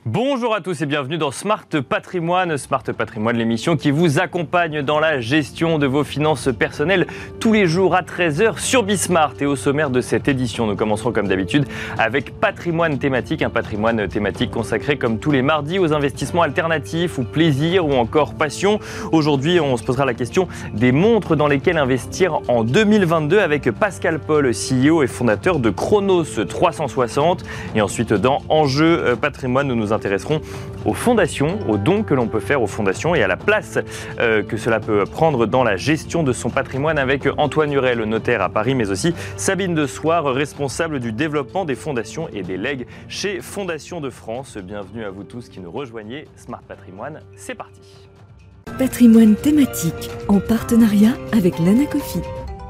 Bonjour à tous et bienvenue dans Smart Patrimoine. Smart Patrimoine, l'émission qui vous accompagne dans la gestion de vos finances personnelles tous les jours à 13h sur Bismart. Et au sommaire de cette édition, nous commencerons comme d'habitude avec patrimoine thématique. Un patrimoine thématique consacré comme tous les mardis aux investissements alternatifs ou plaisir ou encore passion. Aujourd'hui, on se posera la question des montres dans lesquelles investir en 2022 avec Pascal Paul, CEO et fondateur de Chronos 360. Et ensuite, dans Enjeux Patrimoine, nous nous intéresserons aux fondations, aux dons que l'on peut faire aux fondations et à la place que cela peut prendre dans la gestion de son patrimoine avec Antoine Hurel, notaire à Paris, mais aussi Sabine de Soir, responsable du développement des fondations et des legs chez Fondation de France. Bienvenue à vous tous qui nous rejoignez. Smart Patrimoine, c'est parti. Patrimoine thématique en partenariat avec l'Anacofi.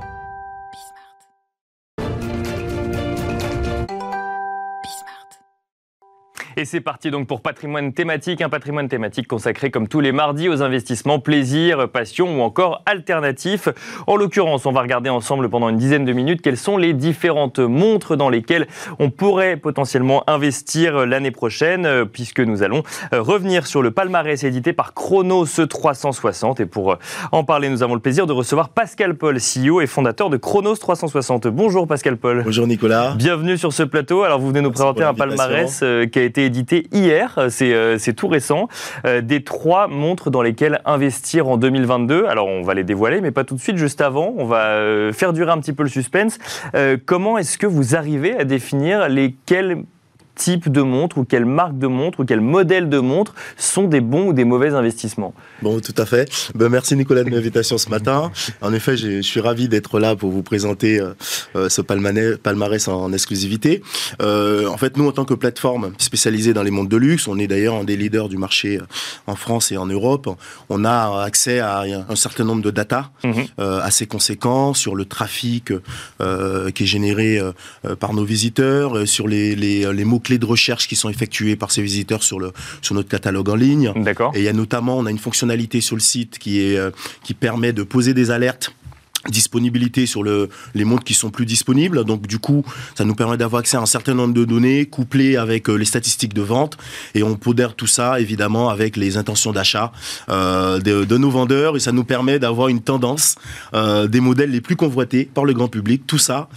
Et c'est parti donc pour patrimoine thématique, un patrimoine thématique consacré comme tous les mardis aux investissements plaisir, passion ou encore alternatifs. En l'occurrence, on va regarder ensemble pendant une dizaine de minutes quelles sont les différentes montres dans lesquelles on pourrait potentiellement investir l'année prochaine, puisque nous allons revenir sur le palmarès édité par Chronos 360. Et pour en parler, nous avons le plaisir de recevoir Pascal Paul, CEO et fondateur de Chronos 360. Bonjour Pascal Paul. Bonjour Nicolas. Bienvenue sur ce plateau. Alors vous venez nous présenter un palmarès qui a été édité hier, c'est tout récent, des 3 montres dans lesquelles investir en 2022. Alors on va les dévoiler, mais pas tout de suite, juste avant, on va faire durer un petit peu le suspense. Comment est-ce que vous arrivez à définir lesquels type de montre ou quelle marque de montre ou quel modèle de montre sont des bons ou des mauvais investissements? Bon, tout à fait. Merci Nicolas de l'invitation ce matin. En effet, je suis ravi d'être là pour vous présenter ce palmarès en exclusivité. En fait, nous, en tant que plateforme spécialisée dans les montres de luxe, on est d'ailleurs un des leaders du marché en France et en Europe. On a accès à un certain nombre de data assez conséquents sur le trafic qui est généré par nos visiteurs, sur les mots-clés de recherche qui sont effectués par ces visiteurs sur notre catalogue en ligne. D'accord. Et il y a notamment, on a une fonctionnalité sur le site qui permet de poser des alertes disponibilité sur les montres qui sont plus disponibles. Donc du coup, ça nous permet d'avoir accès à un certain nombre de données couplées avec les statistiques de vente, et on pondère tout ça évidemment avec les intentions d'achat de nos vendeurs, et ça nous permet d'avoir une tendance des modèles les plus convoités par le grand public. Tout ça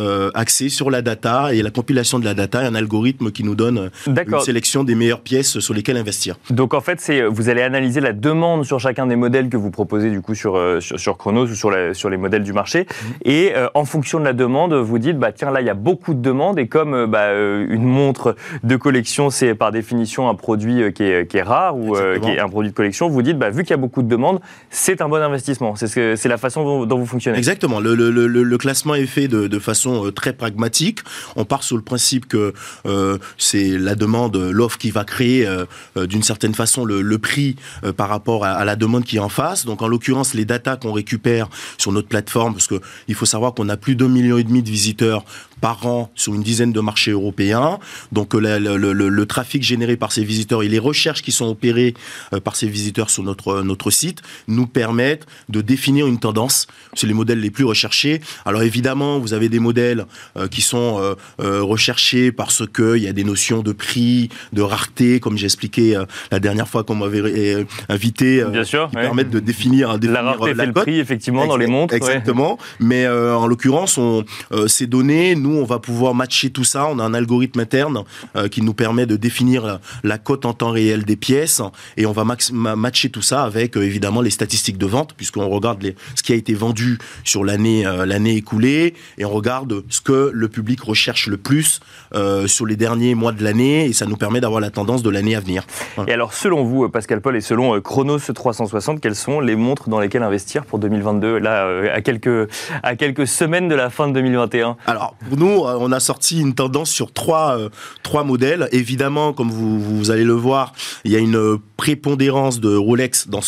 axé sur la data et la compilation de la data et un algorithme qui nous donne une sélection des meilleures pièces sur lesquelles investir. Donc en fait, vous allez analyser la demande sur chacun des modèles que vous proposez du coup sur Chronos ou sur les modèles du marché, et en fonction de la demande, vous dites tiens, là il y a beaucoup de demandes, et comme une montre de collection c'est par définition un produit qui est rare ou qui est un produit de collection, vous dites vu qu'il y a beaucoup de demandes, c'est un bon investissement. C'est la façon dont vous fonctionnez. Exactement. Le classement est fait de façon très pragmatique. On part sur le principe que c'est la demande, l'offre qui va créer d'une certaine façon le prix par rapport à la demande qui est en face. Donc en l'occurrence, les datas qu'on récupère sur notre plateforme, parce que il faut savoir qu'on a plus d'1,5 million de visiteurs par an sur une dizaine de marchés européens. Donc le trafic généré par ces visiteurs et les recherches qui sont opérées par ces visiteurs sur notre site nous permettent de définir une tendance sur les modèles les plus recherchés. Alors évidemment, vous avez des modèles qui sont recherchés parce qu'il y a des notions de prix, de rareté, comme j'ai expliqué la dernière fois qu'on m'avait invité, bien sûr, qui permettent de définir la rareté fait le prix, effectivement, dans les montres. Exactement. Ouais. Mais en l'occurrence, ces données, nous, on va pouvoir matcher tout ça. On a un algorithme interne qui nous permet de définir la cote en temps réel des pièces, et on va matcher tout ça avec évidemment les statistiques de vente, puisqu'on regarde ce qui a été vendu sur l'année écoulée, et on regarde ce que le public recherche le plus sur les derniers mois de l'année, et ça nous permet d'avoir la tendance de l'année à venir. Voilà. Et alors, selon vous, Pascal Paul, et selon Chronos 360, quelles sont les montres dans lesquelles investir pour 2022, là, à quelques semaines de la fin de 2021? Alors, pour nous, on a sorti une tendance sur trois modèles. Évidemment, comme vous allez le voir, il y a une prépondérance de Rolex dans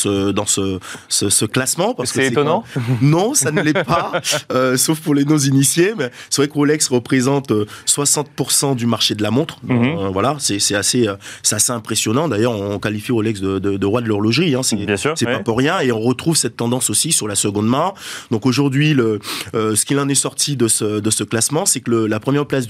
ce classement. Parce que c'est étonnant. Non, ça ne l'est pas, sauf pour les non-initiés. Mais c'est vrai que Rolex représente 60% du marché de la montre. Voilà, c'est assez impressionnant. D'ailleurs, on qualifie Rolex de roi de l'horlogerie. C'est pas pour rien. Et on retrouve cette tendance aussi sur la seconde main. Donc aujourd'hui, ce qu'il en est sorti de ce classement, c'est que la première place du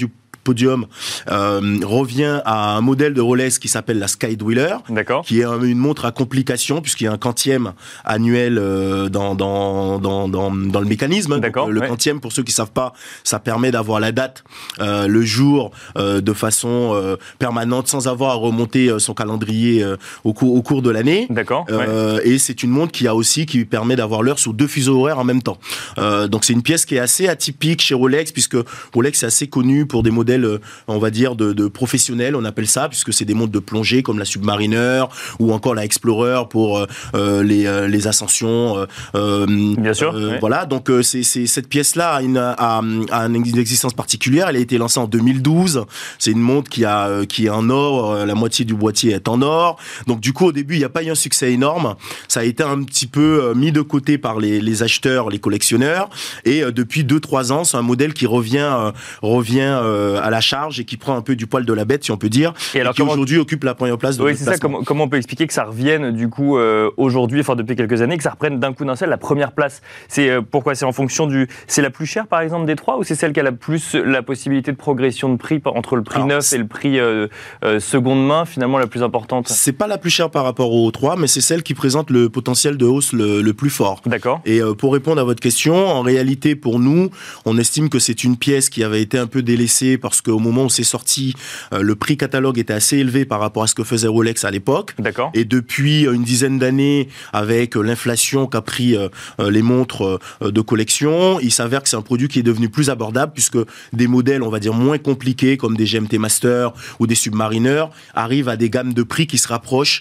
podium, revient à un modèle de Rolex qui s'appelle la Skydweller, qui est une montre à complication puisqu'il y a un quantième annuel dans le mécanisme. Le quantième, pour ceux qui savent pas, ça permet d'avoir la date, le jour, de façon permanente, sans avoir à remonter son calendrier au cours de l'année. Et c'est une montre qui permet d'avoir l'heure sur 2 fuseaux horaires en même temps. Donc c'est une pièce qui est assez atypique chez Rolex, puisque Rolex est assez connu pour des modèles, on va dire, de professionnels, on appelle ça, puisque c'est des montres de plongée comme la Submariner ou encore la Explorer pour les ascensions. Bien sûr. Voilà, donc cette pièce-là a une existence particulière. Elle a été lancée en 2012. C'est une montre qui est en or, la moitié du boîtier est en or. Donc du coup, au début, il n'y a pas eu un succès énorme. Ça a été un petit peu mis de côté par les acheteurs, les collectionneurs. Et depuis 2-3 ans, c'est un modèle qui revient à la charge et qui prend un peu du poil de la bête, si on peut dire, et qui aujourd'hui occupe la première place de notre classement. Oui, c'est ça. Comment on peut expliquer que ça revienne du coup aujourd'hui, enfin depuis quelques années, que ça reprenne d'un coup d'un seul la première place? C'est pourquoi? C'est en fonction c'est la plus chère par exemple des trois, ou c'est celle qui a la plus la possibilité de progression de prix entre le prix neuf et le prix seconde main, finalement la plus importante? C'est pas la plus chère par rapport aux trois, mais c'est celle qui présente le potentiel de hausse le plus fort. D'accord. Et pour répondre à votre question, en réalité pour nous, on estime que c'est une pièce qui avait été un peu délaissée parce qu'au moment où c'est sorti, le prix catalogue était assez élevé par rapport à ce que faisait Rolex à l'époque. D'accord. Et depuis une dizaine d'années, avec l'inflation qu'a pris les montres de collection, il s'avère que c'est un produit qui est devenu plus abordable puisque des modèles, on va dire, moins compliqués comme des GMT Master ou des Submariner arrivent à des gammes de prix qui se rapprochent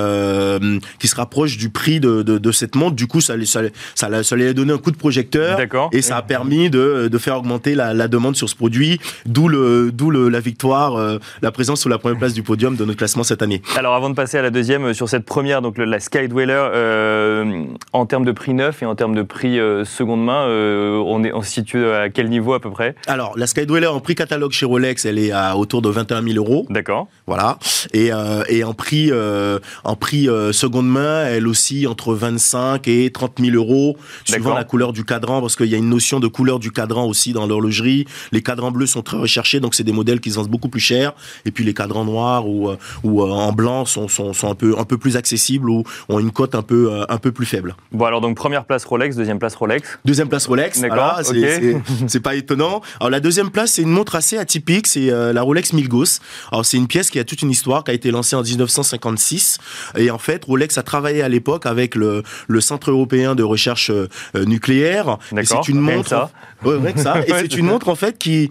du prix de cette montre. Du coup, ça lui a donné un coup de projecteur. D'accord. Et ça a permis de faire augmenter la demande sur ce produit, d'où la victoire, la présence sur la première place du podium de notre classement cette année. Alors avant de passer à la deuxième, sur cette première, donc la Skydweller, en termes de prix neuf et en termes de prix seconde main, on se situe à quel niveau à peu près? Alors la Skydweller en prix catalogue chez Rolex, elle est autour de 21 000 €. D'accord. Voilà. Et en prix seconde main, elle aussi entre 25 et 30 000 €, suivant la couleur du cadran, parce qu'il y a une notion de couleur du cadran aussi dans l'horlogerie. Les cadrans bleus sont très recherchés, donc c'est des modèles qui se vendent beaucoup plus cher. Et puis les cadrans noirs ou en blanc sont un peu plus accessibles ou ont une cote un peu plus faible. Bon alors donc première place Rolex, deuxième place Rolex. Deuxième place Rolex. D'accord. Voilà, c'est pas étonnant. Alors la deuxième place, c'est une montre assez atypique, c'est la Rolex Milgauss. Alors c'est une pièce qui a toute une histoire, qui a été lancée en 1956. Et en fait, Rolex a travaillé à l'époque avec le Centre européen de recherche nucléaire. D'accord. Et c'est une montre. Et c'est une montre en fait qui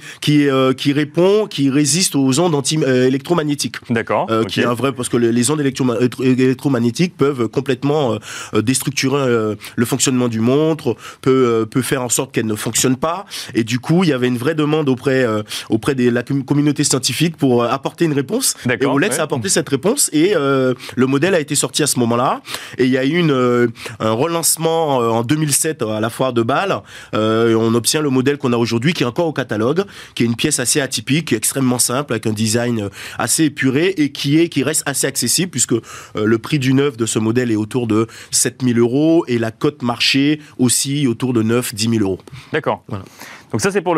résiste aux ondes électromagnétiques. D'accord. Qui est un vrai, parce que les ondes électromagnétiques peuvent complètement déstructurer le fonctionnement du montre, peut faire en sorte qu'elle ne fonctionne pas. Et du coup, il y avait une vraie demande auprès de la communauté scientifique pour apporter une réponse. Et Rolex a apporté cette réponse et le modèle a été sorti à ce moment-là. Et il y a eu un relancement en 2007 à la foire de Bâle. On obtient le modèle qu'on a aujourd'hui, qui est encore au catalogue, qui est une pièce assez atypique, extrêmement simple, avec un design assez épuré et qui reste assez accessible, puisque le prix du neuf de ce modèle est autour de 7 000 € et la cote marché aussi autour de 9-10 000 €. D'accord. Voilà. Donc ça c'est pour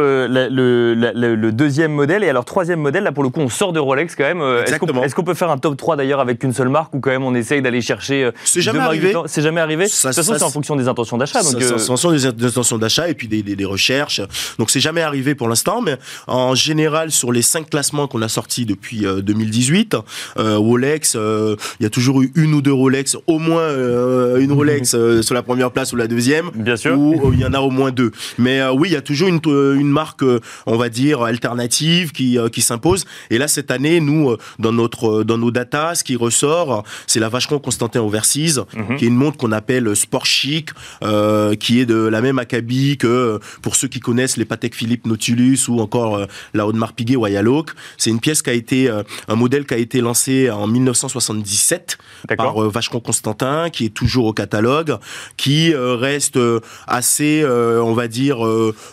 le deuxième modèle. Et alors troisième modèle, là pour le coup on sort de Rolex quand même. Est-ce qu'on peut faire un top 3 d'ailleurs avec une seule marque, ou quand même on essaye d'aller chercher C'est jamais arrivé. C'est jamais arrivé. De toute façon c'est en fonction des intentions d'achat. C'est en fonction des intentions d'achat et puis des recherches. Donc c'est jamais arrivé pour l'instant, mais en général sur les 5 classements qu'on a sortis depuis 2018, Rolex, il y a toujours eu une ou deux Rolex, au moins une Rolex sur la première place ou la deuxième. Bien sûr. Ou il y en a au moins 2. Mais oui, il y a toujours une marque, on va dire, alternative qui s'impose. Et là, cette année, nous, dans nos datas, ce qui ressort, c'est la Vacheron Constantin Overseas, qui est une montre qu'on appelle sport chic, qui est de la même acabit que, pour ceux qui connaissent les Patek Philippe Nautilus ou encore la Audemars Piguet Royal Oak. C'est une pièce un modèle qui a été lancé en 1977 par Vacheron Constantin, qui est toujours au catalogue, qui reste assez, on va dire,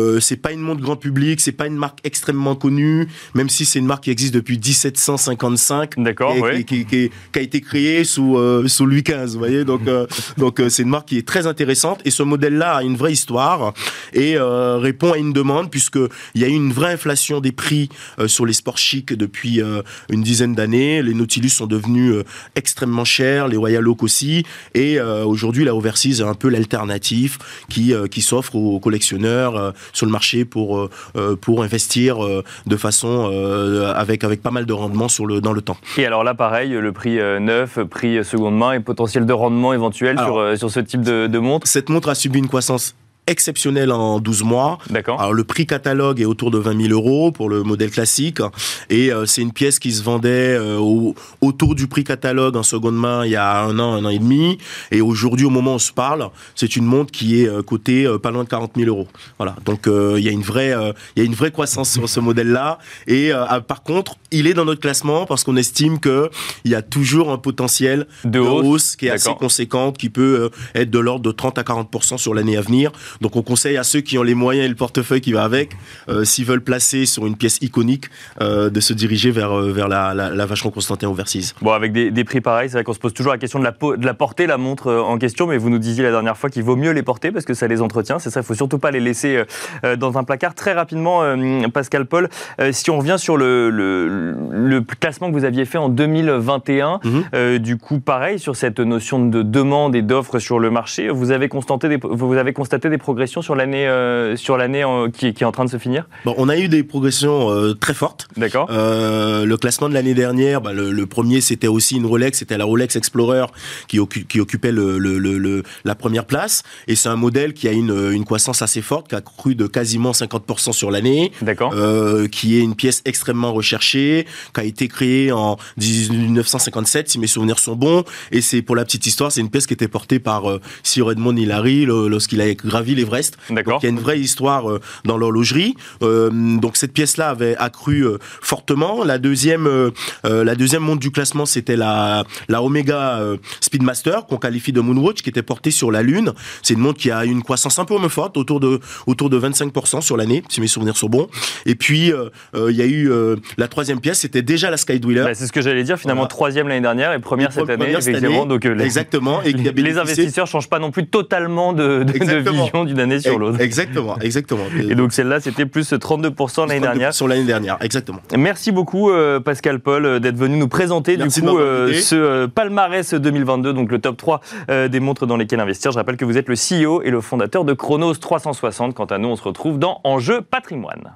c'est pas une montre grand public, c'est pas une marque extrêmement connue, même si c'est une marque qui existe depuis 1755. D'accord, qui a été créée sous Louis XV, vous voyez. Donc c'est une marque qui est très intéressante, et ce modèle-là a une vraie histoire et répond à une demande, puisque il y a eu une vraie inflation des prix sur les sports chics depuis une dizaine d'années. Les Nautilus sont devenus extrêmement chers, les Royal Oak aussi, et aujourd'hui la Overseas est un peu l'alternative qui s'offre aux collectionneurs sur le marché pour investir de façon avec pas mal de rendement dans le temps. Et alors là, pareil, le prix neuf, prix seconde main et potentiel de rendement éventuel sur ce type de montre. Cette montre a subi une croissance exceptionnel en 12 mois. D'accord. Alors, le prix catalogue est autour de 20 000 € pour le modèle classique, et c'est une pièce qui se vendait autour du prix catalogue en seconde main il y a un an et demi, et aujourd'hui, au moment où on se parle, c'est une montre qui est cotée pas loin de 40 000 €. Voilà. Donc il y a une vraie croissance sur ce modèle-là, et par contre, il est dans notre classement parce qu'on estime que il y a toujours un potentiel de hausse qui est assez conséquente, qui peut être de l'ordre de 30 à 40% sur l'année à venir. Donc on conseille à ceux qui ont les moyens et le portefeuille qui va avec, s'ils veulent placer sur une pièce iconique, de se diriger vers la Vacheron Constantin Overseas. Bon, avec des prix pareils, c'est vrai qu'on se pose toujours la question de la porter, la montre en question, mais vous nous disiez la dernière fois qu'il vaut mieux les porter parce que ça les entretient. C'est ça, il ne faut surtout pas les laisser dans un placard. Très rapidement, Pascal Paul, si on revient sur le classement que vous aviez fait en 2021, du coup pareil, sur cette notion de demande et d'offre sur le marché, vous avez constaté des progressions sur l'année qui est en train de se finir? Bon, on a eu des progressions très fortes. D'accord. Le classement de l'année dernière, le premier c'était aussi une Rolex, c'était la Rolex Explorer qui occupait la première place, et c'est un modèle qui a une croissance assez forte, qui a cru de quasiment 50% sur l'année. D'accord. Qui est une pièce extrêmement recherchée, qui a été créée en 1957 si mes souvenirs sont bons, et c'est, pour la petite histoire, c'est une pièce qui était portée par Sir Edmond Hillary lorsqu'il a gravi l'Everest. D'accord. Donc il y a une vraie histoire dans l'horlogerie. Donc cette pièce-là avait accru fortement. La deuxième montre du classement, c'était la Omega Speedmaster, qu'on qualifie de Moonwatch, qui était portée sur la Lune. C'est une montre qui a une croissance un peu moins forte, autour de 25% sur l'année, si mes souvenirs sont bons. Et puis il y a eu la troisième pièce, c'était déjà la Skydweller. C'est ce que j'allais dire, finalement, troisième l'année dernière et première cette année, effectivement. Donc exactement. Et les investisseurs ne changent pas non plus totalement de vision d'une année sur l'autre. Exactement. Et donc celle-là, c'était plus 32% l'année dernière. Sur l'année dernière, exactement. Merci beaucoup Pascal Paul d'être venu nous présenter ce palmarès 2022, donc le top 3 des montres dans lesquelles investir. Je rappelle que vous êtes le CEO et le fondateur de Chronos 360. Quant à nous, on se retrouve dans Enjeu Patrimoine.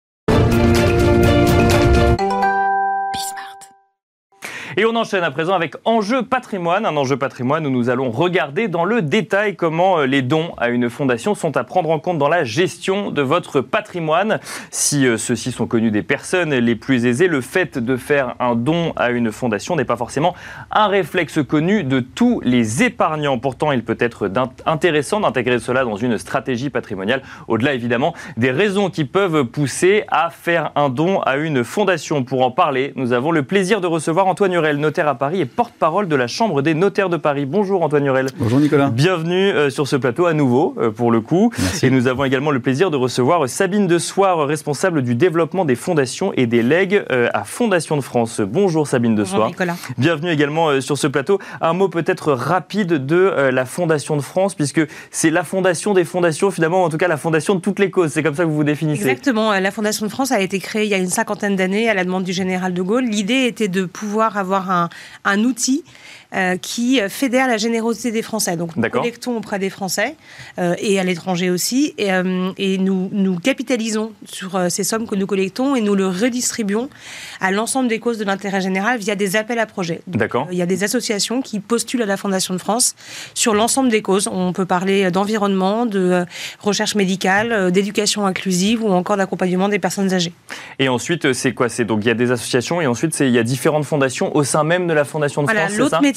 Et on enchaîne à présent avec Enjeu Patrimoine, un enjeu patrimoine où nous allons regarder dans le détail comment les dons à une fondation sont à prendre en compte dans la gestion de votre patrimoine. Si ceux-ci sont connus des personnes les plus aisées, le fait de faire un don à une fondation n'est pas forcément un réflexe connu de tous les épargnants. Pourtant, il peut être intéressant d'intégrer cela dans une stratégie patrimoniale, au-delà évidemment des raisons qui peuvent pousser à faire un don à une fondation. Pour en parler, nous avons le plaisir de recevoir Antoine Hurel, notaire à Paris et porte-parole de la Chambre des notaires de Paris. Bonjour Antoine Hurel. Bonjour Nicolas. Bienvenue sur ce plateau à nouveau, pour le coup. Merci. Et nous avons également le plaisir de recevoir Sabine Dessoir, responsable du développement des fondations et des legs à Fondation de France. Bonjour Sabine Dessoir. Bonjour Nicolas. Bienvenue également sur ce plateau. Un mot peut-être rapide de la Fondation de France, puisque c'est la fondation des fondations, finalement, en tout cas la fondation de toutes les causes. C'est comme ça que vous vous définissez. Exactement. La Fondation de France a été créée il y a une 50aine d'années à la demande du général de Gaulle. L'idée était de pouvoir avoir un outil qui fédère la générosité des Français. Donc nous collectons auprès des Français et à l'étranger aussi, et nous capitalisons sur ces sommes que nous collectons et nous le redistribuons à l'ensemble des causes de l'intérêt général via des appels à projets. Donc, il y a des associations qui postulent à la Fondation de France sur l'ensemble des causes. On peut parler d'environnement, de recherche médicale, d'éducation inclusive ou encore d'accompagnement des personnes âgées. Et ensuite, c'est quoi? Donc il y a des associations et ensuite il y a différentes fondations au sein même de la Fondation de France, c'est ça? L'autre métier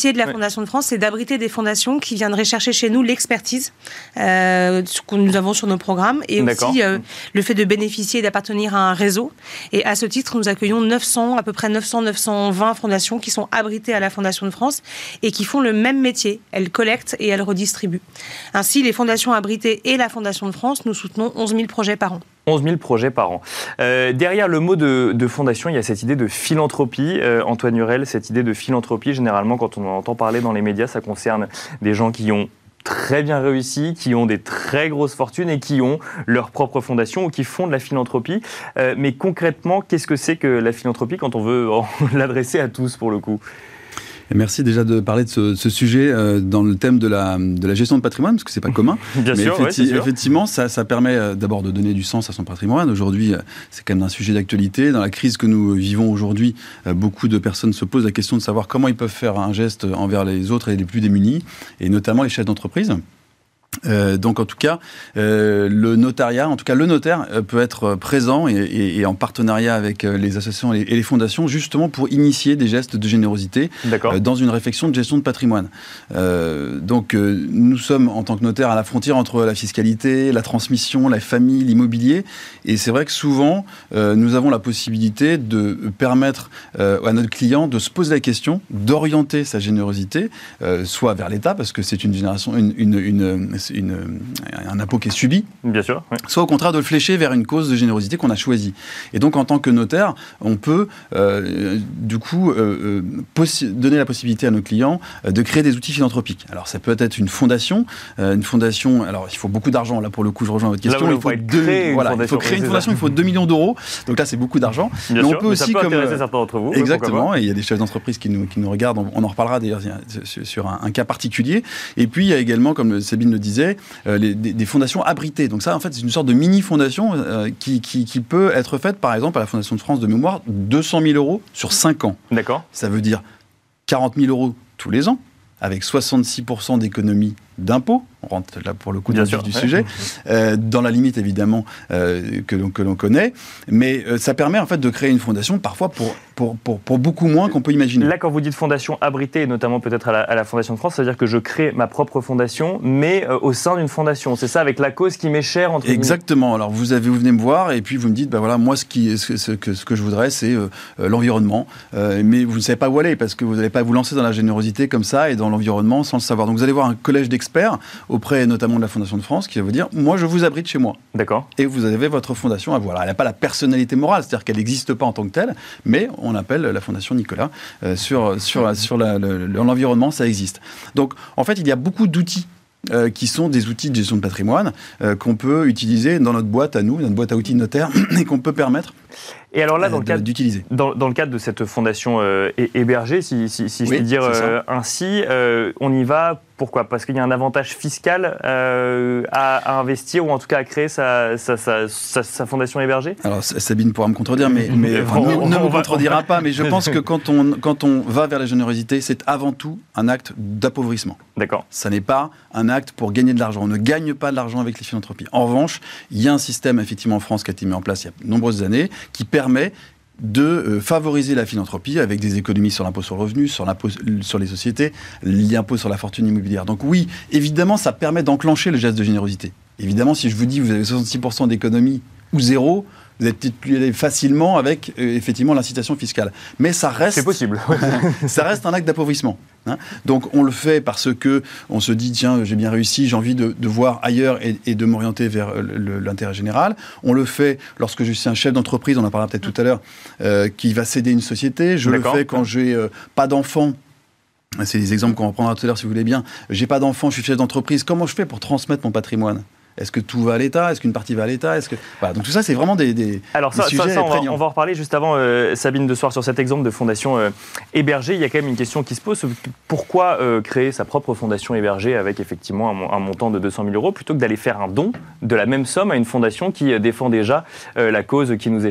métier de la Fondation de France, c'est d'abriter des fondations qui viendraient chercher chez nous l'expertise que nous avons sur nos programmes et aussi le fait de bénéficier et d'appartenir à un réseau. Et à ce titre, nous accueillons à peu près 920 fondations qui sont abritées à la Fondation de France et qui font le même métier. Elles collectent et elles redistribuent. Ainsi, les fondations abritées et la Fondation de France, nous soutenons 11 000 projets par an. 11 000 projets par an. Derrière le mot de fondation, il y a cette idée de philanthropie. Antoine Hurel, cette idée de philanthropie, généralement, quand on en entend parler dans les médias, ça concerne des gens qui ont très bien réussi, qui ont des très grosses fortunes et qui ont leur propre fondation ou qui font de la philanthropie. Mais concrètement, qu'est-ce que c'est que la philanthropie quand on veut l'adresser à tous, pour le coup ? Merci déjà de parler de ce sujet dans le thème de la gestion de patrimoine, parce que c'est pas commun. Bien sûr, c'est sûr. Effectivement, ça permet d'abord de donner du sens à son patrimoine. Aujourd'hui, c'est quand même un sujet d'actualité. Dans la crise que nous vivons aujourd'hui, beaucoup de personnes se posent la question de savoir comment ils peuvent faire un geste envers les autres et les plus démunis, et notamment les chefs d'entreprise. Donc en tout cas, le notaire peut être présent et en partenariat avec les associations et les fondations, justement pour initier des gestes de générosité dans une réflexion de gestion de patrimoine. Donc nous sommes en tant que notaire à la frontière entre la fiscalité, la transmission, la famille, l'immobilier, et c'est vrai que souvent nous avons la possibilité de permettre à notre client de se poser la question, d'orienter sa générosité, soit vers l'État, parce que c'est un impôt qui est subi, bien sûr, soit au contraire de le flécher vers une cause de générosité qu'on a choisie. Et donc en tant que notaire, on peut donner la possibilité à nos clients de créer des outils philanthropiques. Alors ça peut être une fondation, alors il faut beaucoup d'argent, là pour le coup je rejoins votre question, il faut créer une fondation, il faut 2 millions d'euros, donc là c'est beaucoup d'argent. Bien sûr, mais ça peut intéresser certains d'entre vous. Exactement, et il y a des chefs d'entreprise qui nous regardent, on en reparlera d'ailleurs sur un cas particulier. Et puis il y a également, comme Sabine le disait, des fondations abritées. Donc ça, en fait, c'est une sorte de mini-fondation qui peut être faite, par exemple, à la Fondation de France de mémoire, 200 000 euros sur 5 ans. D'accord. Ça veut dire 40 000 euros tous les ans, avec 66% d'économie d'impôts. On rentre là pour le coup dans le vif du sujet, dans la limite évidemment que l'on connaît, mais ça permet en fait de créer une fondation parfois pour beaucoup moins qu'on peut imaginer. Là, quand vous dites fondation abritée, notamment peut-être à la Fondation de France, c'est-à-dire que je crée ma propre fondation, mais au sein d'une fondation. C'est ça, avec la cause qui m'est chère, entre guillemets. Exactement. Alors vous venez me voir et puis vous me dites, voilà, moi ce que je voudrais, c'est l'environnement, mais vous ne savez pas où aller parce que vous n'allez pas vous lancer dans la générosité comme ça et dans l'environnement sans le savoir. Donc vous allez voir un collège d'experts auprès notamment de la Fondation de France, qui va vous dire, moi je vous abrite chez moi. D'accord. Et vous avez votre fondation à vous. Alors elle n'a pas la personnalité morale, c'est-à-dire qu'elle n'existe pas en tant que telle, mais on appelle la Fondation Nicolas. Sur l'environnement, ça existe. Donc en fait, il y a beaucoup d'outils qui sont des outils de gestion de patrimoine qu'on peut utiliser dans notre boîte à nous, notre boîte à outils de notaire, et qu'on peut permettre Et alors là, d'utiliser. Dans le cadre de cette fondation hébergée, si je puis dire ainsi, on y va. Pourquoi ? Parce qu'il y a un avantage fiscal à investir ou en tout cas à créer sa fondation hébergée ? Alors Sabine pourra me contredire, mais ne me contredira pas. Mais je pense que quand on va vers la générosité, c'est avant tout un acte d'appauvrissement. D'accord. Ça n'est pas un acte pour gagner de l'argent. On ne gagne pas de l'argent avec les philanthropies. En revanche, il y a un système effectivement en France qui a été mis en place il y a de nombreuses années qui permet de favoriser la philanthropie avec des économies sur l'impôt sur le revenu, sur l'impôt sur les sociétés, l'impôt sur la fortune immobilière. Donc oui, évidemment, ça permet d'enclencher le geste de générosité. Évidemment, si je vous dis que vous avez 66% d'économie ou zéro, vous êtes peut-être plus allé facilement avec effectivement l'incitation fiscale. Mais ça reste... C'est possible. Ça reste un acte d'appauvrissement. Donc on le fait parce que on se dit tiens, j'ai bien réussi, j'ai envie de voir ailleurs et de m'orienter vers l'intérêt général. On le fait lorsque je suis un chef d'entreprise, on en parlera peut-être tout à l'heure, qui va céder une société. Je le fais quand j'ai pas d'enfants. C'est des exemples qu'on reprendra tout à l'heure si vous voulez bien. J'ai pas d'enfants, je suis chef d'entreprise. Comment je fais pour transmettre mon patrimoine ? Est-ce que tout va à l'État ? Est-ce qu'une partie va à l'État ? Voilà, donc tout ça, c'est vraiment des sujets prégnants. On va en reparler juste avant, Sabine Dessoir, sur cet exemple de fondation hébergée. Il y a quand même une question qui se pose. Pourquoi créer sa propre fondation hébergée avec effectivement un montant de 200 000 euros plutôt que d'aller faire un don de la même somme à une fondation qui défend déjà la cause qui nous est chère ?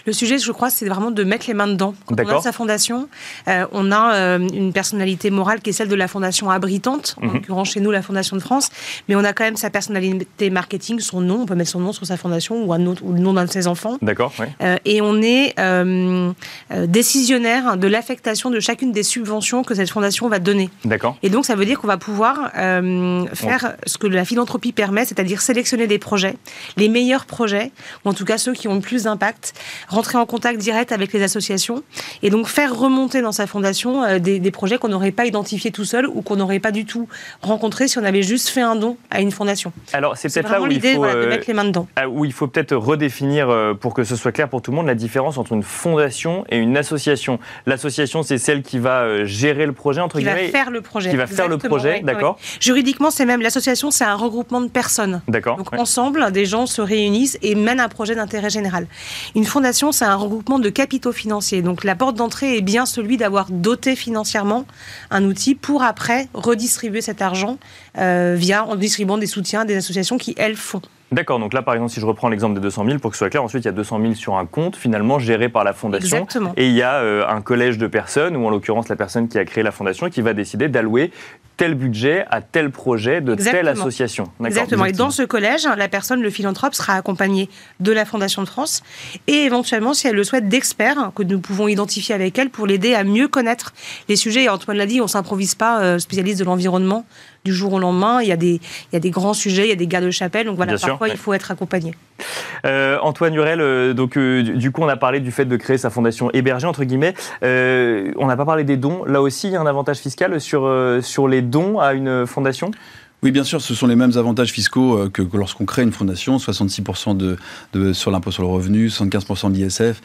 Le sujet, je crois, c'est vraiment de mettre les mains dedans. Quand on a sa fondation, on a une personnalité morale qui est celle de la fondation abritante, en l'occurrence chez nous, la Fondation de France, mais on a quand même sa personnalité marketing, son nom, on peut mettre son nom sur sa fondation ou le nom d'un de ses enfants. D'accord, oui. Et on est décisionnaire de l'affectation de chacune des subventions que cette fondation va donner. D'accord. Et donc, ça veut dire qu'on va pouvoir faire ce que la philanthropie permet, c'est-à-dire sélectionner des projets, les meilleurs projets, ou en tout cas ceux qui ont le plus d'impact, rentrer en contact direct avec les associations, et donc faire remonter dans sa fondation des projets qu'on n'aurait pas identifiés tout seul ou qu'on n'aurait pas du tout rencontrés si on avait juste fait un don à une fondation. Alors, c'est peut-être là où il faut de mettre les mains dedans. Où il faut peut-être redéfinir, pour que ce soit clair pour tout le monde, la différence entre une fondation et une association. L'association, c'est celle qui va gérer le projet, entre guillemets. Qui va faire le projet. Qui va faire le projet, oui, d'accord. Oui. Juridiquement, c'est même l'association, c'est un regroupement de personnes. D'accord. Donc ensemble, des gens se réunissent et mènent un projet d'intérêt général. Une fondation, c'est un regroupement de capitaux financiers. Donc la porte d'entrée est bien celui d'avoir doté financièrement un outil pour après redistribuer cet argent en distribuant des soutiens à des associations qui, elles, font. D'accord, donc là par exemple si je reprends l'exemple des 200 000 pour que ce soit clair, ensuite il y a 200 000 sur un compte finalement géré par la fondation. Exactement. Et il y a un collège de personnes, ou en l'occurrence la personne qui a créé la fondation, qui va décider d'allouer tel budget à tel projet de telle association. Exactement. Et dans ce collège, la personne, le philanthrope, sera accompagnée de la Fondation de France et éventuellement, si elle le souhaite, d'experts que nous pouvons identifier avec elle pour l'aider à mieux connaître les sujets. Et Antoine l'a dit, on ne s'improvise pas spécialiste de l'environnement du jour au lendemain. Il y a des grands sujets, il y a des gardes de chapelle. Donc voilà, parfois, il faut être accompagné. Antoine Hurel, du coup, on a parlé du fait de créer sa fondation hébergée, entre guillemets. On n'a pas parlé des dons. Là aussi, il y a un avantage fiscal sur les dons à une fondation ? Oui, bien sûr, ce sont les mêmes avantages fiscaux que lorsqu'on crée une fondation, 66% sur l'impôt sur le revenu, 75% de l'ISF,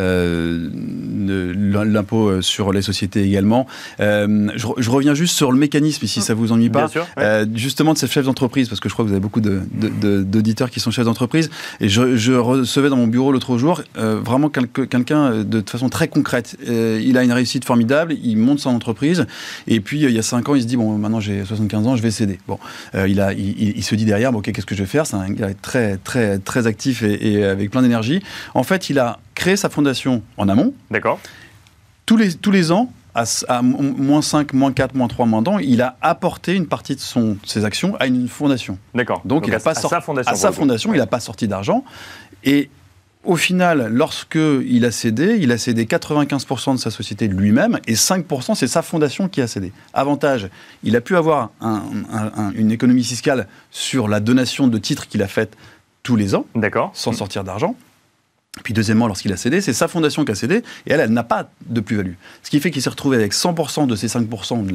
l'impôt sur les sociétés également. Je reviens juste sur le mécanisme, si ça vous ennuie pas, sûr, ouais. Justement de ces chefs d'entreprise, parce que je crois que vous avez beaucoup d'auditeurs qui sont chefs d'entreprise, et je recevais dans mon bureau l'autre jour vraiment quelqu'un de façon très concrète. Il a une réussite formidable, il monte son entreprise, et puis il y a 5 ans, il se dit, bon, maintenant j'ai 75 ans, je vais céder. Bon. Il se dit derrière, bon, ok, qu'est-ce que je vais faire ? C'est un gars très, très, très actif et avec plein d'énergie. En fait, il a créé sa fondation en amont. D'accord. Tous les ans, à moins 5, moins 4, moins 3, moins ans, il a apporté une partie de ses actions à une fondation. D'accord. Donc il n'a pas sorti à sa fondation, il n'a pas sorti d'argent. Et au final, lorsqu'il a cédé 95% de sa société de lui-même et 5% c'est sa fondation qui a cédé. Avantage, il a pu avoir une économie fiscale sur la donation de titres qu'il a faite tous les ans, sans sortir d'argent. Puis deuxièmement, lorsqu'il a cédé, c'est sa fondation qui a cédé, et elle n'a pas de plus-value. Ce qui fait qu'il s'est retrouvé avec 100% de ces 5%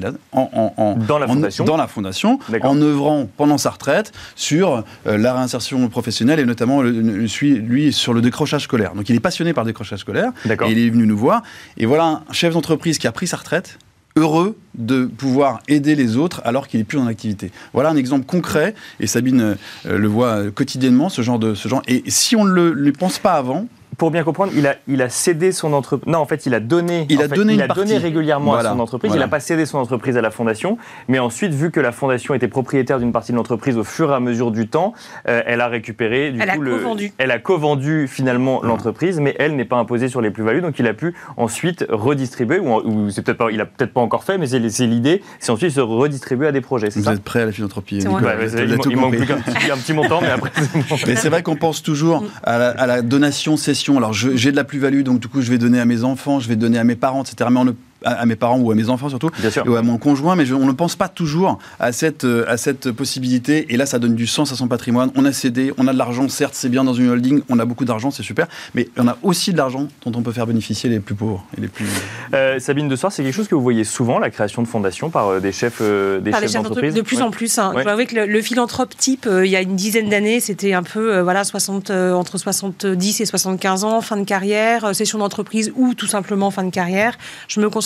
dans la fondation, en œuvrant pendant sa retraite sur la réinsertion professionnelle, et notamment lui sur le décrochage scolaire. Donc il est passionné par le décrochage scolaire, et il est venu nous voir. Et voilà un chef d'entreprise qui a pris sa retraite, heureux de pouvoir aider les autres alors qu'il n'est plus en activité. Voilà un exemple concret, et Sabine le voit quotidiennement, ce genre. Et si on ne le pense pas avant... Pour bien comprendre, il a cédé son entreprise. Non, en fait, il a donné régulièrement à son entreprise. Il n'a pas cédé son entreprise à la fondation. Mais ensuite, vu que la fondation était propriétaire d'une partie de l'entreprise au fur et à mesure du temps, elle a récupéré. Elle a co-vendu finalement l'entreprise, mais elle n'est pas imposée sur les plus-values. Donc, il a pu ensuite redistribuer. Ou c'est peut-être pas, il a peut-être pas encore fait, mais c'est l'idée. C'est ensuite se redistribuer à des projets. Vous êtes prêt à la philanthropie, Nicolas. Il manque plus qu'un petit montant, mais après. Mais c'est vrai qu'on pense toujours à la donation-cession. Alors j'ai de la plus-value, donc du coup je vais donner à mes enfants, je vais donner à mes parents, etc. Mais à mes parents ou à mes enfants surtout, ou à mon conjoint, mais on ne pense pas toujours à cette possibilité, et là ça donne du sens à son patrimoine. On a cédé, on a de l'argent, certes c'est bien dans une holding, on a beaucoup d'argent, c'est super, mais on a aussi de l'argent dont on peut faire bénéficier les plus pauvres et les plus... Sabine Dessoir, c'est quelque chose que vous voyez souvent, la création de fondations par des chefs d'entreprise? De plus en plus. Hein. Ouais. Je dois avouer que le philanthrope type, il y a une dizaine d'années, c'était un peu entre 70 et 75 ans, fin de carrière, cession d'entreprise ou tout simplement fin de carrière. Je me consacre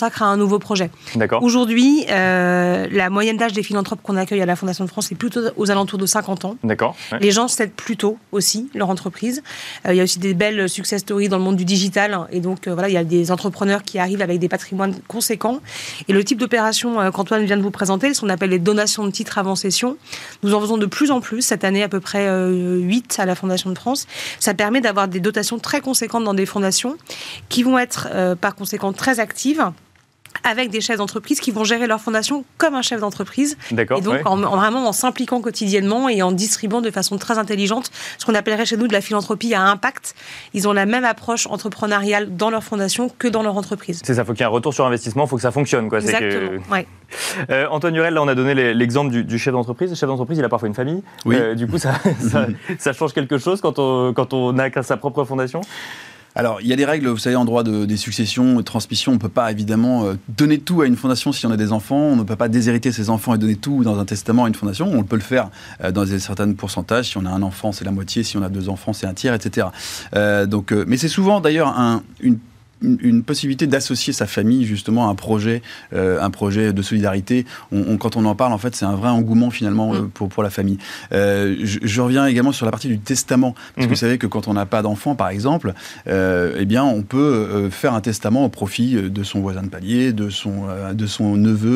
consacre à un nouveau projet. D'accord. Aujourd'hui, la moyenne d'âge des philanthropes qu'on accueille à la Fondation de France est plutôt aux alentours de 50 ans. D'accord. Ouais. Les gens cèdent plutôt aussi leur entreprise. Il y a aussi des belles success stories dans le monde du digital. Et donc, voilà, il y a des entrepreneurs qui arrivent avec des patrimoines conséquents. Et le type d'opération qu'Antoine vient de vous présenter, ce qu'on appelle les donations de titres avant cession, nous en faisons de plus en plus. Cette année, à peu près 8 à la Fondation de France. Ça permet d'avoir des dotations très conséquentes dans des fondations qui vont être, par conséquent, très actives, avec des chefs d'entreprise qui vont gérer leur fondation comme un chef d'entreprise. D'accord, et donc, ouais. vraiment en s'impliquant quotidiennement et en distribuant de façon très intelligente ce qu'on appellerait chez nous de la philanthropie à impact. Ils ont la même approche entrepreneuriale dans leur fondation que dans leur entreprise. C'est ça, il faut qu'il y ait un retour sur investissement, il faut que ça fonctionne. Quoi. Exactement, ouais. Antoine Hurel, là on a donné l'exemple du chef d'entreprise. Le chef d'entreprise, il a parfois une famille. Oui. Du coup, ça change quelque chose quand on a sa propre fondation. Alors, il y a des règles, vous savez, en droit des successions, de transmission. On ne peut pas, évidemment, donner tout à une fondation si on a des enfants. On ne peut pas déshériter ses enfants et donner tout dans un testament à une fondation. On peut le faire dans un certain pourcentage. Si on a un enfant, c'est la moitié. Si on a 2 enfants, c'est un tiers, etc. Mais c'est souvent, d'ailleurs, une possibilité d'associer sa famille justement à un projet de solidarité. Quand on en parle, en fait, c'est un vrai engouement finalement pour la famille. Je reviens également sur la partie du testament, parce que vous savez que quand on n'a pas d'enfant, par exemple, eh bien, on peut faire un testament au profit de son voisin de palier, de son neveu,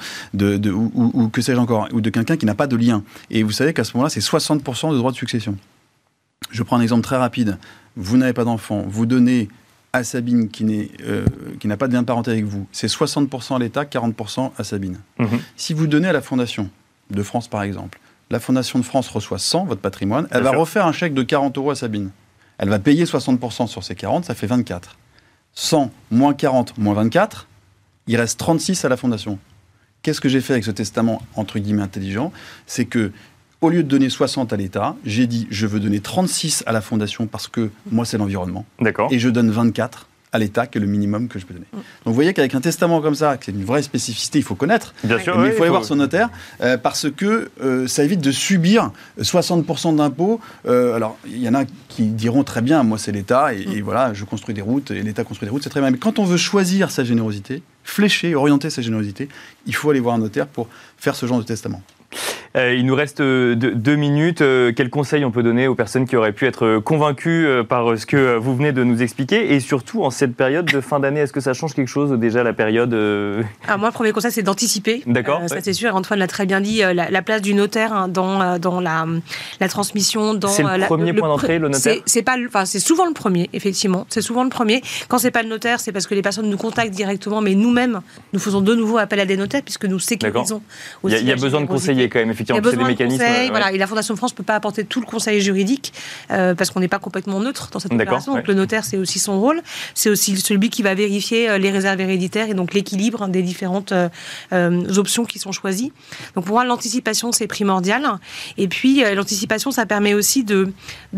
ou que sais-je encore, ou de quelqu'un qui n'a pas de lien. Et vous savez qu'à ce moment-là, c'est 60% de droits de succession. Je prends un exemple très rapide. Vous n'avez pas d'enfant, vous donnez à Sabine qui n'a pas de lien de parenté avec vous, c'est 60% à l'État, 40% à Sabine. Si vous donnez à la Fondation de France, par exemple, la Fondation de France reçoit 100, votre patrimoine, elle va refaire un chèque de 40 € à Sabine. Elle va payer 60% sur ces 40, ça fait 24. 100 moins 40 moins 24, il reste 36 à la Fondation. Qu'est-ce que j'ai fait avec ce testament, entre guillemets, intelligent ? C'est que au lieu de donner 60 à l'État, j'ai dit je veux donner 36 à la Fondation parce que moi c'est l'environnement. D'accord. Et je donne 24 à l'État, qui est le minimum que je peux donner. Donc vous voyez qu'avec un testament comme ça, c'est une vraie spécificité, il faut connaître. Bien sûr, mais il faut aller voir son notaire parce que ça évite de subir 60% d'impôts. Alors il y en a qui diront très bien, moi c'est l'État et voilà, je construis des routes et l'État construit des routes, c'est très bien. Mais quand on veut choisir sa générosité, flécher, orienter sa générosité, il faut aller voir un notaire pour faire ce genre de testament. Il nous reste 2 minutes. Quels conseils on peut donner aux personnes qui auraient pu être convaincues par ce que vous venez de nous expliquer ? Et surtout, en cette période de fin d'année, est-ce que ça change quelque chose déjà, la période Alors moi, le premier conseil, c'est d'anticiper. D'accord. Ça, c'est sûr. Antoine l'a très bien dit. La place du notaire dans la transmission. C'est le premier point d'entrée, le notaire ? C'est souvent le premier, effectivement. C'est souvent le premier. Quand c'est pas le notaire, c'est parce que les personnes nous contactent directement, mais nous-mêmes, nous faisons de nouveau appel à des notaires, puisque nous sécurisons aussi. Il y a besoin de conseiller quand même, effectivement. Il y a besoin des mécanismes, de conseils, voilà. Et la Fondation de France ne peut pas apporter tout le conseil juridique parce qu'on n'est pas complètement neutre dans cette opération. Donc le notaire, c'est aussi son rôle. C'est aussi celui qui va vérifier les réserves héréditaires et donc l'équilibre des différentes options qui sont choisies. Donc pour moi, l'anticipation, c'est primordial. Et puis l'anticipation, ça permet aussi de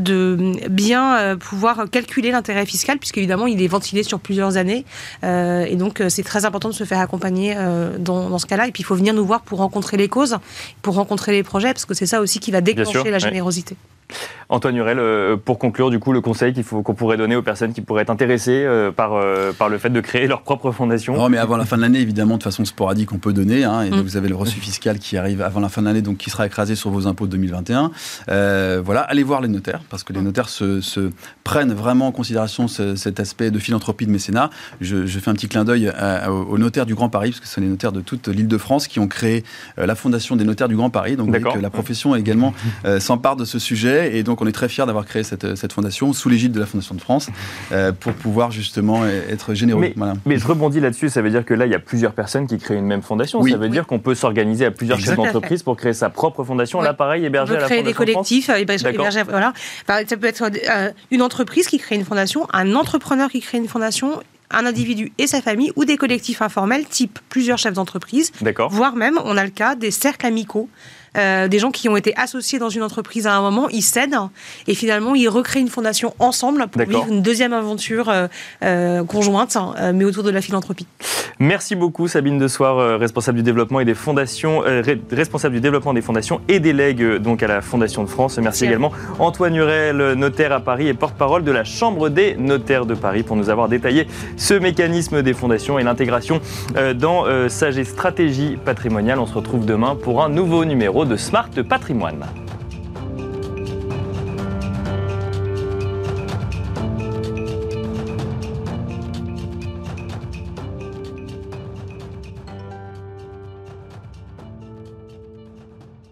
bien pouvoir calculer l'intérêt fiscal, puisqu'évidemment, il est ventilé sur plusieurs années. Et donc c'est très important de se faire accompagner dans ce cas-là. Et puis il faut venir nous voir pour rencontrer les causes, pour rencontrer les projets, parce que c'est ça aussi qui va déclencher la générosité. Antoine Hurel, pour conclure, du coup, le conseil qu'on pourrait donner aux personnes qui pourraient être intéressées par le fait de créer leur propre fondation. Non, mais avant la fin de l'année, évidemment, de façon sporadique, on peut donner. Et vous avez le reçu fiscal qui arrive avant la fin de l'année, donc qui sera écrasé sur vos impôts de 2021. Voilà, allez voir les notaires, parce que les notaires se prennent vraiment en considération cet aspect de philanthropie, de mécénat. Je fais un petit clin d'œil aux notaires du Grand Paris, parce que ce sont les notaires de toute l'Île-de-France qui ont créé la fondation des notaires du Grand Paris. Donc, la profession également s'empare de ce sujet. Et donc, on est très fiers d'avoir créé cette fondation sous l'égide de la Fondation de France pour pouvoir justement être généreux. Mais je rebondis là-dessus, ça veut dire que là, il y a plusieurs personnes qui créent une même fondation. Oui. Ça veut dire qu'on peut s'organiser à plusieurs chefs d'entreprise pour créer sa propre fondation. Oui. Là, pareil, héberger à la Fondation de France. On peut créer des collectifs, voilà. Ça peut être une entreprise qui crée une fondation, un entrepreneur qui crée une fondation, un individu et sa famille, ou des collectifs informels type plusieurs chefs d'entreprise, voire même, on a le cas des cercles amicaux des gens qui ont été associés dans une entreprise à un moment, ils cèdent et finalement ils recréent une fondation ensemble pour vivre une deuxième aventure conjointe, mais autour de la philanthropie. Merci beaucoup Sabine Desoir, responsable du développement et des fondations, responsable du développement des fondations et délègue donc à la Fondation de France. Merci également Antoine Hurel, notaire à Paris et porte-parole de la Chambre des notaires de Paris, pour nous avoir détaillé ce mécanisme des fondations et l'intégration dans Sage Stratégie patrimoniale. On se retrouve demain pour un nouveau numéro de Smart Patrimoine.